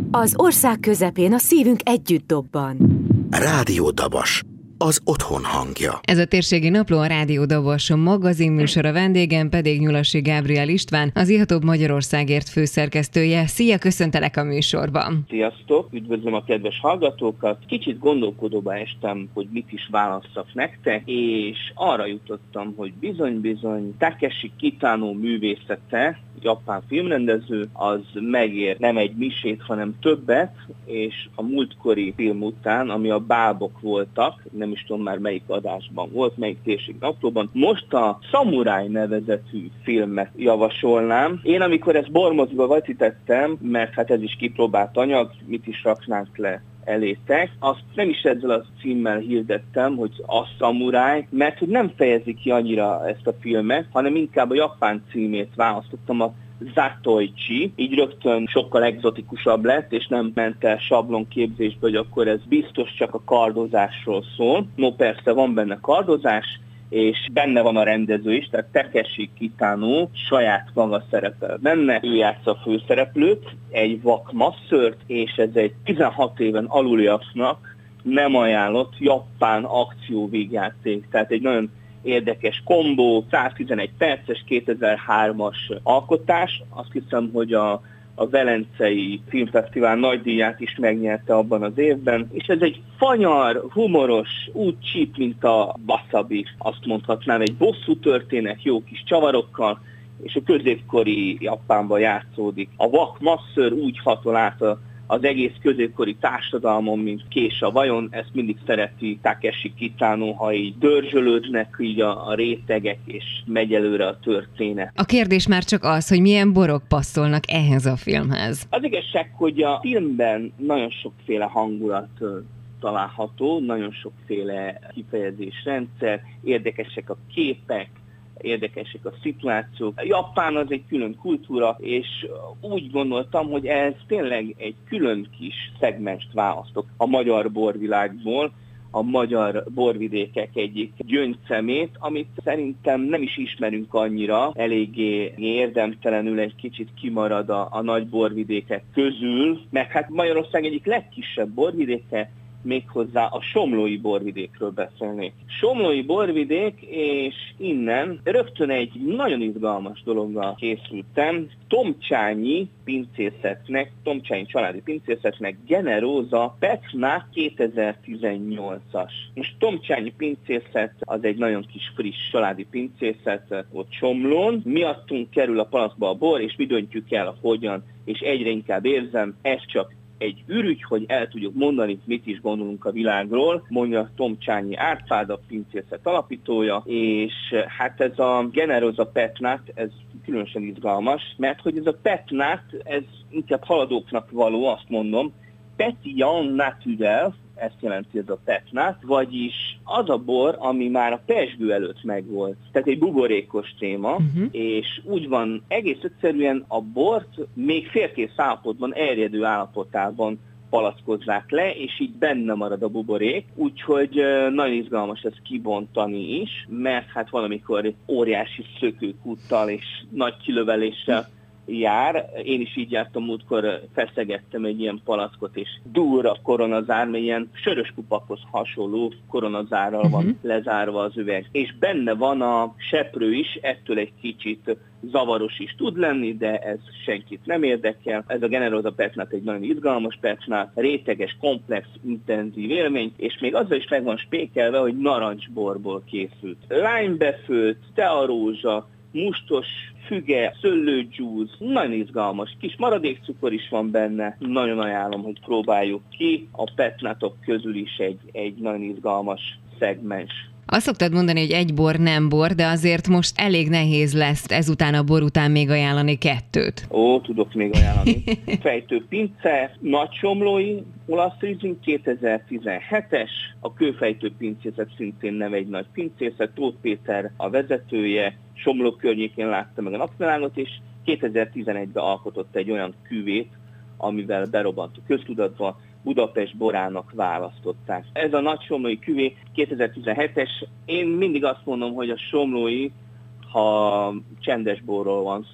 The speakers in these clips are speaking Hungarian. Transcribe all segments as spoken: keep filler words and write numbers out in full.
Az ország közepén a szívünk együtt dobban. Rádió Dabas, az otthon hangja. Ez a térségi napló, a Rádió Dabas magazinműsor, a vendégem pedig Nyulasi Gábriel István, az Ihatóbb Magyarországért főszerkesztője. Szia, köszöntelek a műsorban. Sziasztok, üdvözlöm a kedves hallgatókat. Kicsit gondolkodóba estem, hogy mit is válasszak nektek, és arra jutottam, hogy bizony-bizony Takeshi Kitano művészete, japán filmrendező, az megér nem egy misét, hanem többet, és a múltkori film után, ami a Bábok voltak, nem is tudom már melyik adásban volt, melyik térség naplóban, most a Szamuráj nevezetű filmet javasolnám. Én amikor ezt bormoziba vetítettem, mert hát ez is kipróbált anyag, mit is raknánk le elétek. Azt nem is ezzel a címmel hirdettem, hogy a Szamuráj, mert hogy nem fejezi ki annyira ezt a filmet, hanem inkább a japán címét választottam, a Zatoichi, így rögtön sokkal egzotikusabb lett, és nem ment el sablonképzésbe, hogy akkor ez biztos csak a kardozásról szól. No persze, van benne kardozás, és benne van a rendező is, tehát Takeshi Kitano saját maga szerepel benne, ő játsza a főszereplőt, egy vak masszört, és ez egy tizenhat éven aluliaknak nem ajánlott japán akcióvígjáték, tehát egy nagyon érdekes kombó, száztizenegy perces, kétezer-hármas alkotás. Azt hiszem, hogy a, a Velencei Filmfesztivál nagydíját is megnyerte abban az évben. És ez egy fanyar, humoros, úgy csíp, mint a wasabi, azt mondhatnám, egy bosszú történet, jó kis csavarokkal, és a középkori Japánban játszódik. A vak masször úgy hatol át a az egész középkori társadalmon, mint kés a vajon, ezt mindig szereti Takeshi Kitano, ha így dörzsölődnek így a, a rétegek, és megy előre a történet. A kérdés már csak az, hogy milyen borok passzolnak ehhez a filmhez. Az igazság, hogy a filmben nagyon sokféle hangulat található, nagyon sokféle kifejezésrendszer, érdekesek a képek, érdekesek a szituációk. Japán az egy külön kultúra, és úgy gondoltam, hogy ez tényleg egy külön kis szegmenst választok a magyar borvilágból, a magyar borvidékek egyik gyöngyszemét, amit szerintem nem is ismerünk annyira, eléggé érdemtelenül egy kicsit kimarad a, a nagy borvidékek közül, mert hát Magyarország egyik legkisebb borvidéke, méghozzá a Somlói borvidékről beszélnék. Somlói borvidék, és innen rögtön egy nagyon izgalmas dologgal készültem. Tomcsányi pincészetnek, Tomcsányi családi pincészetnek Generosa Petna kétezer-tizennyolcas. És Tomcsányi pincészet az egy nagyon kis friss családi pincészet ott Somlón. Miattunk kerül a palackba a bor, és mi döntjük el, hogyan, és egyre inkább érzem, ez csak egy ürügy, hogy el tudjuk mondani, mit is gondolunk a világról, mondja Tomcsányi Árpád, a pincészet alapítója, és hát ez a Generosa Petnát, ez különösen izgalmas, mert hogy ez a Petnát, ez inkább haladóknak való, azt mondom, Pétillant naturel, ezt jelenti ez a Petnát, vagyis az a bor, ami már a pezsgő előtt megvolt. Tehát egy buborékos téma, uh-huh. és úgy van, egész egyszerűen a bort még félkész állapotban, erjedő állapotában palackozzák le, és így benne marad a buborék, úgyhogy nagyon izgalmas ezt kibontani is, mert hát valamikor óriási szökőkúttal és nagy kilöveléssel jár. Én is így jártam múltkor, feszegettem egy ilyen palackot, és dur a koronazár, mert ilyen sörös kupakhoz hasonló koronazárral uh-huh. van lezárva az üveg. És benne van a seprő is, ettől egy kicsit zavaros is tud lenni, de ez senkit nem érdekel. Ez a Generosa Petnát egy nagyon izgalmas Petnát, réteges, komplex, intenzív élmény, és még azzal is meg van spékelve, hogy narancsborból készült. Lime-befőtt, tearózsa, mustos füge, szőlődzsúz, nagyon izgalmas. Kis maradékcukor is van benne, nagyon ajánlom, hogy próbáljuk ki. A petnátok közül is egy, egy nagyon izgalmas szegmens. Azt szoktad mondani, hogy egy bor nem bor, de azért most elég nehéz lesz ezután a bor után még ajánlani kettőt. Ó, tudok még ajánlani. Fejtő pince, nagysomlói, olasz rizling, kétezer-tizenhetes, a kőfejtő pincészet szintén nem egy nagy pincészet, Tóth Péter a vezetője, Somló környékén látta meg a napvilágot, és kétezer-tizenegyben alkotott egy olyan küvét, amivel berobbant a köztudatba, Budapest borának választották. Ez a nagy somlói küvé kétezer-tizenhetes, én mindig azt mondom, hogy a somlói, ha csendes borról van szó,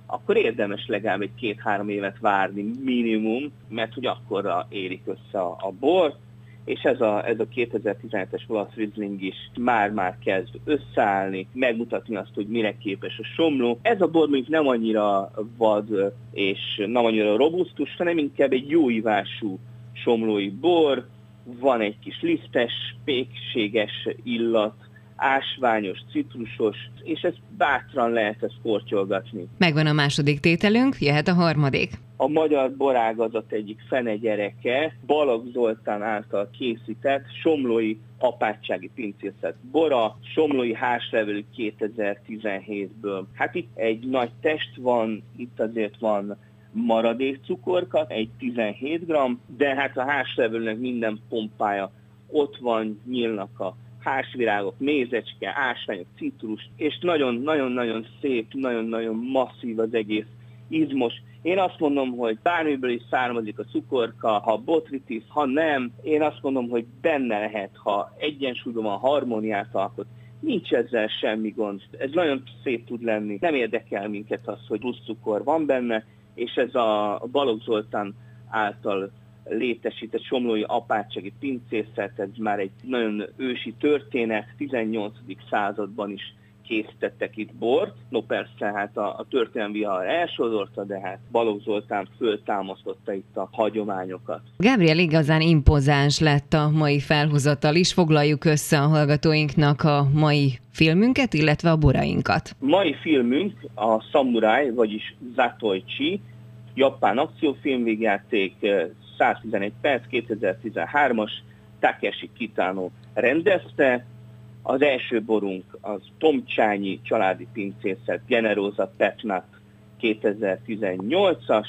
akkor érdemes legalább egy két-három évet várni minimum, mert hogy akkorra érik össze a, a bor, és ez a, ez a kétezer-tizenhetes olasz Riesling is már-már kezd összeállni, megmutatni azt, hogy mire képes a somló. Ez a bor még nem annyira vad és nem annyira robusztus, hanem inkább egy jó ívású somlói bor, van egy kis lisztes, pékséges illat, ásványos, citrusos, és ezt bátran lehet ezt kortyolgatni. Megvan a második tételünk, jöhet a harmadik. A magyar borágazat egyik fenegyereke, Balogh Zoltán által készített somlói apátsági pincészet bora, somlói házlevelű kétezer-tizenhétből. Hát itt egy nagy test van, itt azért van maradék cukorka, egy tizenhét gramm, de hát a házlevelőnek minden pompája ott van, nyílnak a házvirágok, mézecske, ásványok, citrus, és nagyon-nagyon-nagyon szép, nagyon-nagyon masszív az egész, izmos. Én azt mondom, hogy bármiből is származik a cukorka, ha botritis, ha nem, én azt mondom, hogy benne lehet, ha egyensúlyban van, harmóniát alkot. Nincs ezzel semmi gond. Ez nagyon szép tud lenni. Nem érdekel minket az, hogy plusz cukor van benne, és ez a Balogh Zoltán által létesített somlói apátsági pincészet, ez már egy nagyon ősi történet, tizennyolcadik században is készítettek itt bort. No persze, hát a, a történelmi vihar elsodorta, de hát Balogh Zoltán föltámasztotta itt a hagyományokat. Gabriel, igazán impozáns lett a mai felhozatal is. Foglaljuk össze a hallgatóinknak a mai filmünket, illetve a borainkat. Mai filmünk a Samurai, vagyis Zatoichi, japán akciófilmvégjáték, száztizenegy perc, kétezer-tizenhármas, Takeshi Kitano rendezte. Az első borunk az Tomcsányi családi pincészet, Generosa Petnat kétezer-tizennyolcas,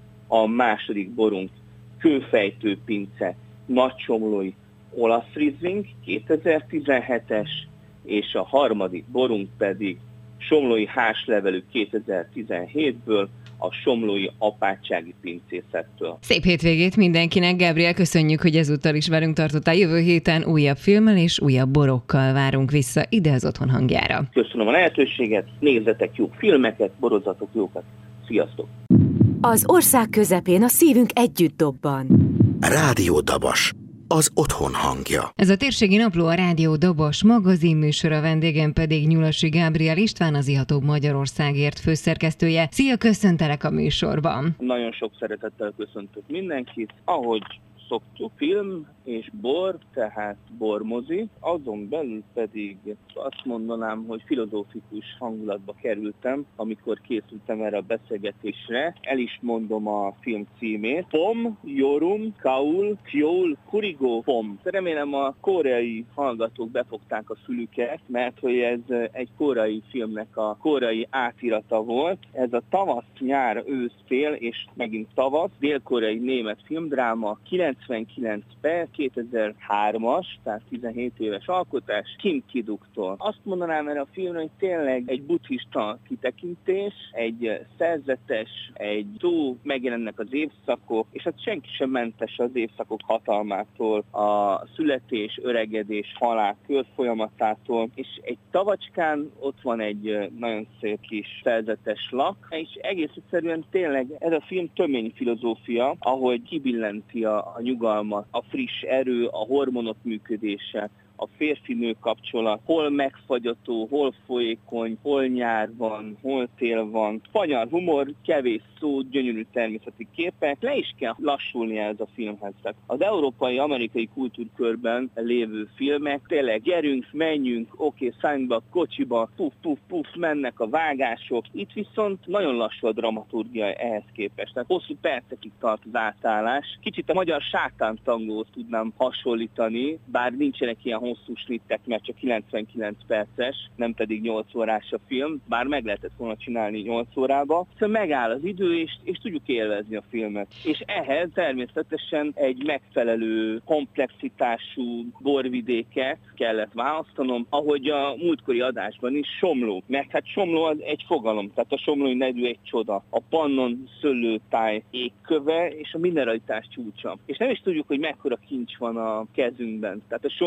a második borunk Kőfejtő pince, Nagysomlói olasz Riesling kétezer-tizenhetes, és a harmadik borunk pedig Somlói házlevelű kétezer-tizenhétből, a somlói apátsági pincészettől. Szép hétvégét mindenkinek, Gabriel, köszönjük, hogy ezúttal is velünk tartottál. Jövő héten újabb filmmel és újabb borokkal várunk vissza ide az Otthon hangjára. Köszönöm a lehetőséget, nézzetek jó filmeket, borozatok jókat. Sziasztok! Az ország közepén a szívünk együtt dobban. Rádió Dabas, az otthon hangja. Ez a térségi napló a Rádió Dabas magazinműsora, vendégem pedig Nyulasi Gabriel István, az Ihatóbb Magyarországért főszerkesztője. Szia, köszöntelek a műsorban! Nagyon sok szeretettel köszöntök mindenkit, ahogy szoktuk, film és bor, tehát bormozi, azon belül pedig azt mondanám, hogy filozófikus hangulatba kerültem, amikor készültem erre a beszélgetésre. El is mondom a film címét. Pom, Yorum, Kaul, Kjol, Kurigo, Pom. Remélem a koreai hallgatók befogták a fülüket, mert hogy ez egy koreai filmnek a koreai átirata volt. Ez a tavasz, nyár, ősz, tél és megint tavasz, dél-koreai német filmdráma, kilencvenkilenc perc, kétezer-hármas, tehát tizenhét éves alkotás, Kim Ki-duktól. Azt mondanám erre a filmre, hogy tényleg egy buddhista kitekintés, egy szerzetes, egy túl megjelennek az évszakok, és hát senki sem mentes az évszakok hatalmától, a születés, öregedés, halál körfolyamatától, és egy tavacskán ott van egy nagyon szép kis szerzetes lak, és egész egyszerűen tényleg ez a film tömény filozófia, ahogy kibillenti a, a nyugalmat, a friss erő, a hormonok működése, a férfi-nő kapcsolat, hol megfagyató, hol folyékony, hol nyár van, hol tél van. Fanyar humor, kevés szó, gyönyörű természeti képek. Le is kell lassulnia ez a filmhez. Az európai-amerikai kultúrkörben lévő filmek, tényleg gyerünk, menjünk, oké, szálljunk be a kocsiba, puf, puf, puf, mennek a vágások. Itt viszont nagyon lassú a dramaturgia ehhez képest. Tehát hosszú percekig tart az átállás. Kicsit a magyar sátántangóhoz tudnám hasonlítani, bár nincsenek ilyen hosszú snittek, mert csak kilencvenkilenc perces, nem pedig nyolc órás a film, bár meg lehetett volna csinálni nyolc órába. Szóval megáll az idő, és, és tudjuk élvezni a filmet. És ehhez természetesen egy megfelelő komplexitású borvidéket kellett választanom, ahogy a múltkori adásban is, Somló. Mert hát Somló az egy fogalom, tehát a somlói nedű egy csoda. A Pannon szőlőtáj égköve és a mineralitás csúcsa. És nem is tudjuk, hogy mekkora kincs van a kezünkben. Tehát a Somlóval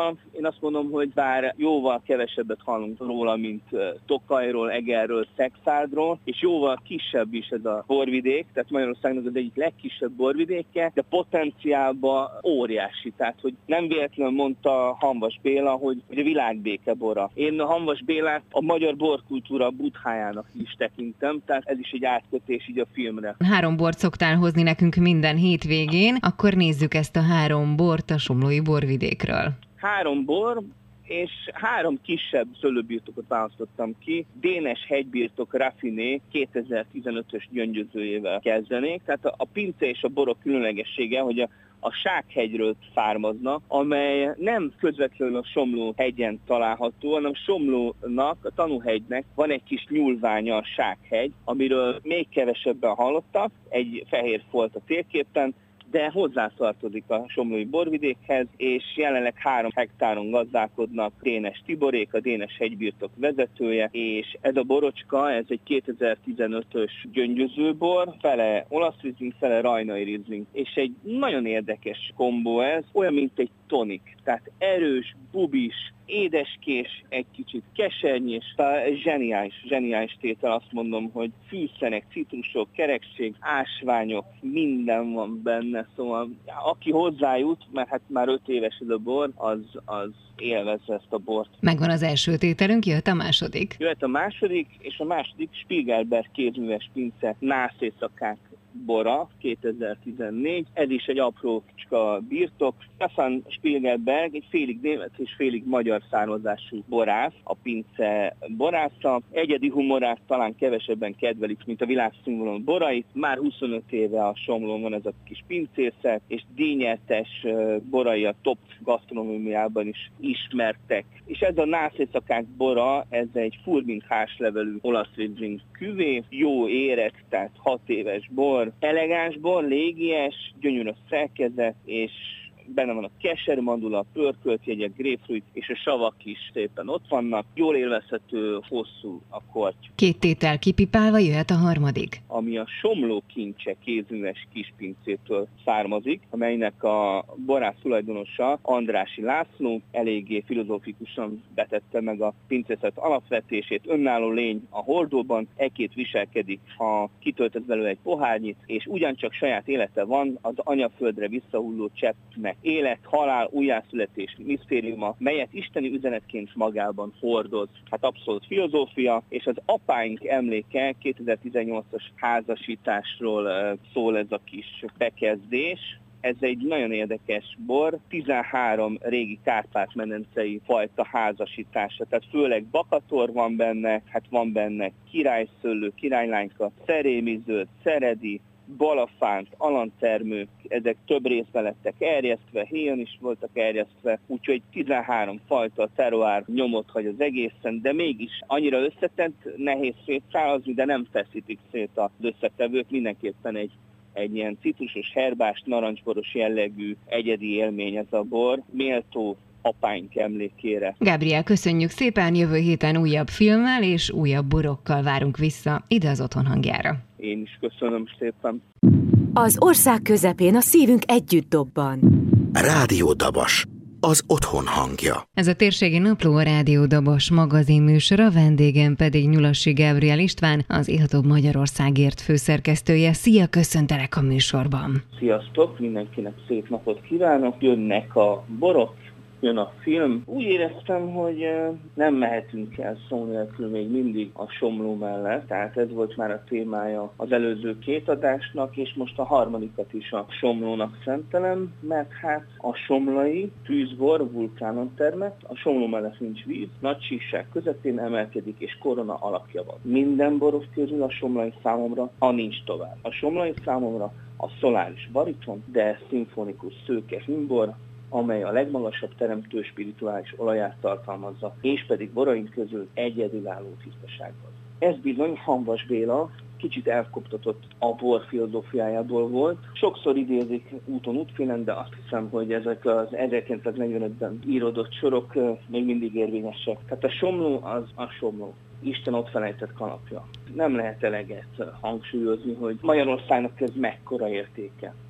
borra én azt mondom, hogy bár jóval kevesebbet hallunk róla, mint Tokajról, Egerről, Szekszádról, és jóval kisebb is ez a borvidék, tehát Magyarországnak az egyik legkisebb borvidéke, de potenciálban óriási. Tehát, hogy nem véletlenül mondta Hamvas Béla, hogy, hogy a világbéke bora. Én a Hamvas Bélát a magyar borkultúra buthájának is tekintem, tehát ez is egy átkötés így a filmre. Három bort szoktál hozni nekünk minden hétvégén, akkor nézzük ezt a három bort a somlói borvidékről. Három bor, és három kisebb szőlőbirtokot választottam ki. Dénes hegybirtok Raffiné kétezer-tizenötös gyöngyözőjével kezdenék. Tehát a, a pince és a borok különlegessége, hogy a a Sághegyről származnak, amely nem közvetlenül a Somló hegyen található, hanem Somlónak, a Tanúhegynek van egy kis nyúlványa, a Sághegy, amiről még kevesebben hallottak, egy fehér folt a térképen, de hozzátartozik a somlói borvidékhez, és jelenleg három hektáron gazdálkodnak Dénes Tiborék, a Dénes hegybirtok vezetője, és ez a borocska, ez egy kétezer-tizenötös gyöngyözőbor, fele olasz rizling, fele rajnai rizling, és egy nagyon érdekes kombó ez, olyan, mint egy tonik, tehát erős, bubis, édeskés, egy kicsit kesernyés, zseniális, zseniális tétel, azt mondom, hogy fűszerek, citrusok, kerekség, ásványok, minden van benne, szóval aki hozzájut, mert hát már öt éves ez a bor, az, az élvezze ezt a bort. Megvan az első tételünk, jöhet a második. Jöhet a második, és a második Spiegelberg kézműves pince nászészakák bora, kétezer-tizennégy. Ez is egy aprócska birtok. Stefan Spiegelberg egy félig német és félig magyar származású borász, a pince borásza. Egyedi humorát talán kevesebben kedvelik, mint a világszínvonalú borait. Már huszonöt éve a Somlón van ez a kis pincészet, és díjnyertes borai a top gasztronómiában is ismertek. És ez a nászészakák bora, ez egy Furmint házlevelű olasz rizling küvé, jó érett, tehát hat éves bor, elegáns bor, légies, gyönyörű a szerkezet, és benne van a kesermandula, a pörköltjegyek, grapefruit, és a savak is szépen ott vannak. Jól élvezhető, hosszú a korty. Két tétel kipipálva jöhet a harmadik. Ami a Somló kincse kézműves kispincétől származik, amelynek a borász tulajdonosa Andrássy László eléggé filozófikusan betette meg a pincészet alapvetését. Önálló lény a hordóban, ekét viselkedik, ha kitöltött belőle egy pohárnyit, és ugyancsak saját élete van, az anyaföldre visszahulló cseppnek élet, halál, újjászületés misztériuma, melyet isteni üzenetként magában hordoz. Hát abszolút filozófia, és az apáink emléke kétezer-tizennyolcas házasításról szól ez a kis bekezdés. Ez egy nagyon érdekes bor, tizenhárom régi Kárpát-medencei fajta házasítása, tehát főleg bakator van benne, hát van benne királyszőlő, királylányka, szerémizöld, szeredi, balafánt, alantermő, ezek több részben lettek erjesztve, héjon is voltak erjesztve, úgyhogy tizenhárom fajta terroár nyomot hagy az egészen, de mégis annyira összetett, nehéz szétszálazni, de nem feszítik szét az összetevők, mindenképpen egy egy ilyen citrusos, herbás, narancsboros jellegű egyedi élmény ez a bor, méltó apáink emlékére. Gabriel, köszönjük szépen, jövő héten újabb filmmel és újabb borokkal várunk vissza ide az Otthon hangjára. Én is köszönöm szépen. Az ország közepén a szívünk együtt dobban. Rádió Dabas, az otthon hangja. Ez a térségi napló a Rádió Dabas magazin műsora, vendégem pedig Nyulassi Gabriel István, az Ihatóbb Magyarországért főszerkesztője. Szia, köszöntelek a műsorban! Sziasztok, mindenkinek szép napot kívánok, jönnek a borok, jön a film. Úgy éreztem, hogy nem mehetünk el szó nélkül még mindig a Somló mellett, tehát ez volt már a témája az előző két adásnak, és most a harmadikat is a Somlónak szentelem, mert hát a somlai tűzbor vulkánon termett, a Somló mellett nincs víz, nagy síkság közepén emelkedik, és korona alakja van. Minden borok közül a somlai számomra a nincs tovább. A somlai számomra a szoláris bariton, de szimfonikus szőke hímbor, amely a legmagasabb teremtő spirituális olaját tartalmazza, és pedig boraink közül egyedülálló tisztaságban. Ez bizony Hamvas Béla kicsit elkoptatott a bor filozófiájából volt. Sokszor idézik úton útfélen, de azt hiszem, hogy ezek az ezerkilencszáznegyvenötben íródott sorok még mindig érvényesek. Tehát a Somló az a Somló. Isten ott felejtett kalapja. Nem lehet eleget hangsúlyozni, hogy Magyarországnak ez mekkora értéke.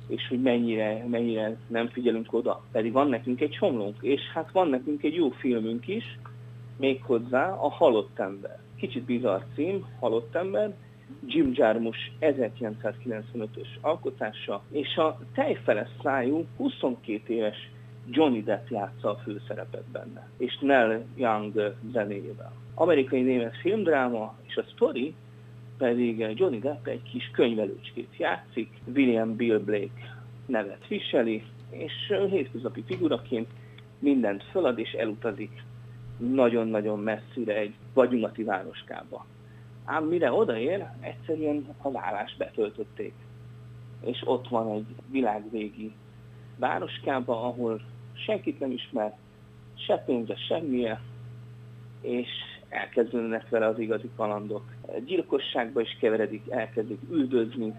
és hogy mennyire, mennyire nem figyelünk oda. Pedig van nekünk egy somlónk, és hát van nekünk egy jó filmünk is, méghozzá a Halott ember. Kicsit bizarr cím, Halott ember, Jim Jarmusch ezerkilencszázkilencvenötös alkotása, és a tejfeles szájú huszonkét éves Johnny Depp játsza a főszerepet benne, és Neil Young zenéjével. Amerikai német filmdráma, és a sztori pedig Johnny Depp egy kis könyvelőcskét játszik, William Bill Blake nevet viseli, és hétköznapi figuraként mindent fölad és elutazik nagyon-nagyon messzire egy vagyonati városkába. Ám mire odaér, egyszerűen a vállást betöltötték. És ott van egy világvégi városkába, ahol senkit nem ismer, se pénze, semmilyen, és elkezdődnek vele az igazi kalandok. Gyilkosságba is keveredik, elkezdik üldözni,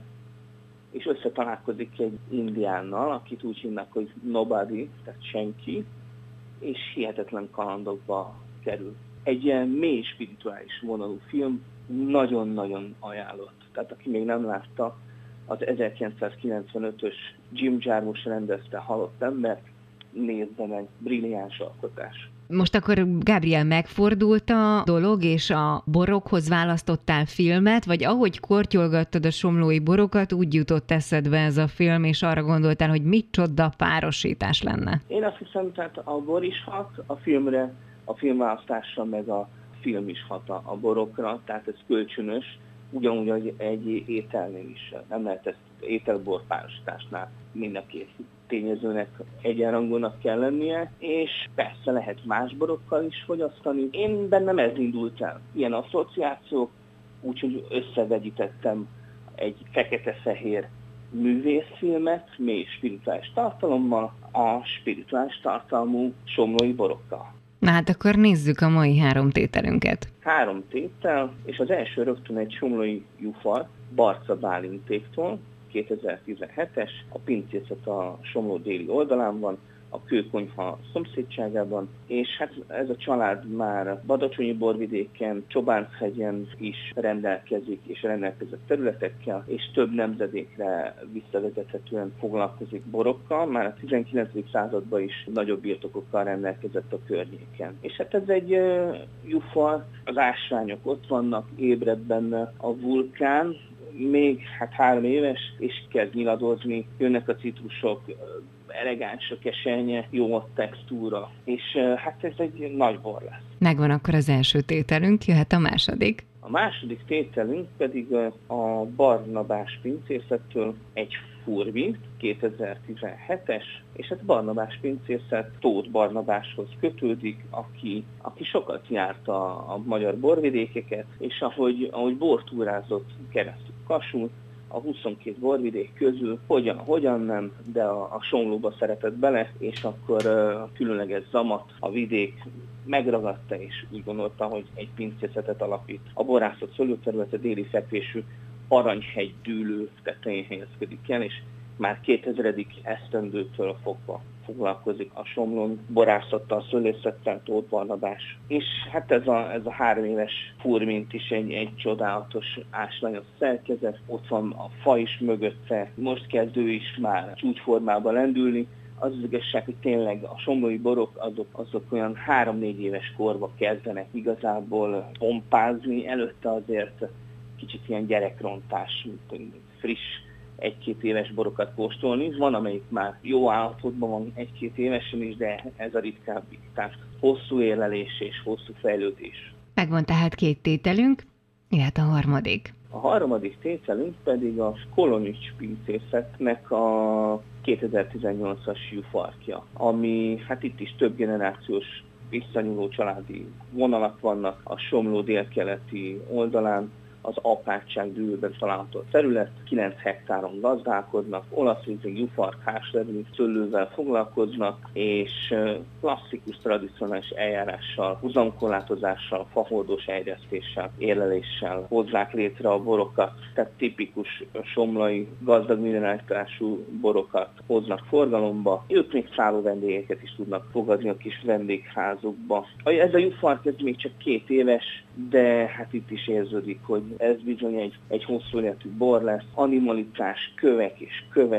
és összetalálkozik egy indiánnal, akit úgy hívnak, hogy nobody, tehát senki, és hihetetlen kalandokba kerül. Egy ilyen mély spirituális vonalú film, nagyon-nagyon ajánlott. Tehát aki még nem látta, az ezerkilencszázkilencvenötös Jim Jarmusch rendezte Halott embert, nézze meg, brilliáns alkotás. Most akkor, Gabriel, megfordult a dolog, és a borokhoz választottál filmet, vagy ahogy kortyolgattad a somlói borokat, úgy jutott eszedbe ez a film, és arra gondoltál, hogy micsoda párosítás lenne? Én azt hiszem, tehát a bor is hat a filmre, a filmválasztásra, meg a film is hat a borokra, tehát ez kölcsönös, ugyanúgy egy, egy ételnél is. Nem lehet ezt ételbor párosításnál mind a két tényezőnek egyenrangúnak kell lennie, és persze lehet más borokkal is fogyasztani. Én bennem ez indult el. Ilyen asszociációk, úgyhogy összevegyítettem egy fekete-fehér művészfilmet, mély spirituális tartalommal, a spirituális tartalmú somlói borokkal. Na hát akkor nézzük a mai három tételünket. Három tétel, és az első rögtön egy somlói juhar, Barca Bálintéktól, kétezer-tizenhetes, a pincészet a Somló déli oldalán van, a kőkonyha szomszédságában, és hát ez a család már Badacsonyi borvidéken, Csobánchegyen is rendelkezik, és rendelkezett területekkel, és több nemzedékre visszavezethetően foglalkozik borokkal, már a tizenkilencedik században is nagyobb birtokokkal rendelkezett a környéken. És hát ez egy uh, juhar, az ásványok ott vannak, ébred benne a vulkán, még hát három éves, és kezd nyiladozni, jönnek a citrusok, elegáns a kesenye, jó a textúra, és hát ez egy nagy bor lesz. Megvan akkor az első tételünk, jöhet a második. A második tételünk pedig a Barnabás pincészettől egy furbi, kétezer-tizenhetes, és ez Barnabás pincészet Tóth Barnabáshoz kötődik, aki, aki sokat járt a, a magyar borvidékeket, és ahogy, ahogy bortúrázott keresztül Kassún, a huszonkét borvidék közül hogyan, hogyan nem, de a, a Somlóba szeretett bele, és akkor a különleges zamat a vidék megragadta, és úgy gondolta, hogy egy pincészetet alapít. A borászat szőlőterülete déli fekvésű Aranyhegy dűlő tetején helyezkedik el, és már kétezredik esztendőtől fogva foglalkozik a Somlón borászattal, szőlészettel, Tóth Barnabás. És hát ez a, ez a három éves furmint is egy, egy csodálatos ásványos szerkezet, ott van a fa is mögötte, most kezd ő is már csúcsformába lendülni. Az az igazság, hogy tényleg a somlói borok azok, azok olyan három-négy éves korba kezdenek igazából pompázni, előtte azért kicsit ilyen gyerekrontás, mint friss, egy-két éves borokat kóstolni. Van, amelyik már jó állapotban van egy-két évesen is, de ez a ritkábbik. Tehát hosszú érlelés és hosszú fejlődés. Megvan tehát két tételünk, jöhet a harmadik. A harmadik tételünk pedig a Kolonics pincészetnek a kétezer-tizennyolcas jufarkja, ami hát itt is több generációs visszanyúló családi vonalak vannak a Somló délkeleti oldalán, az apátság dűlőben található terület, kilenc hektáron gazdálkodnak, olasz rizing, jufark, háztermű, szőlővel foglalkoznak, és klasszikus, tradicionális eljárással, huzamkorlátozással, faholdós erjesztéssel, érleléssel hozzák létre a borokat, tehát tipikus somlai, gazdag mineralitású borokat hoznak forgalomba. Ők még szálló vendégeket is tudnak fogadni a kis vendégházukba. Ez a jufark, ez még csak két éves, de hát itt is érződik, hogy ez bizony egy, egy hosszú életű bor lesz, animalitás, kövek és kövek,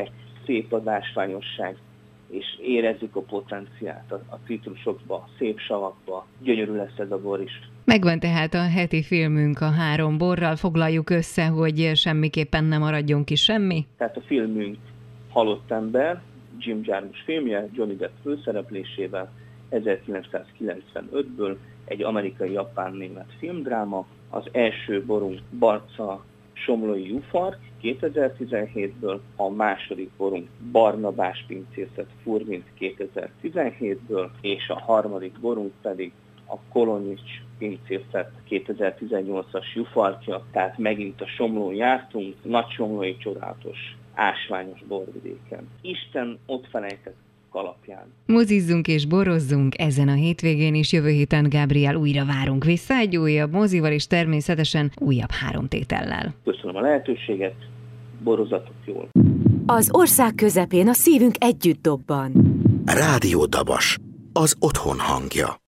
szép az ásványosság, és érezzük a potenciált a, a citrusokba, a szép savakba. Gyönyörű lesz ez a bor is. Megvan tehát a heti filmünk a három borral, foglaljuk össze, hogy semmiképpen nem maradjon ki semmi. Tehát a filmünk Halott ember, Jim Jarmusch filmje, Johnny Depp főszereplésével, ezerkilencszázkilencvenötből egy amerikai-japán-német filmdráma. Az első borunk Barca Somlói Jufark kétezer-tizenhétből, a második borunk Barnabás pincészet Furmint kétezer-tizenhétből, és a harmadik borunk pedig a Kolonyics pincészet kétezer-tizennyolcas Jufarkja, tehát megint a Somlón jártunk, Nagysomlói csodálatos ásványos borvidéken. Isten ott felejtett kalapján. Mozizzunk és borozzunk ezen a hétvégén is, jövő héten Gabriel újra várunk vissza egy újabb mozival és természetesen újabb három tétellel. Köszönöm a lehetőséget, borozatok jól. Az ország közepén a szívünk együtt dobban. Rádió Dabas, az otthon hangja.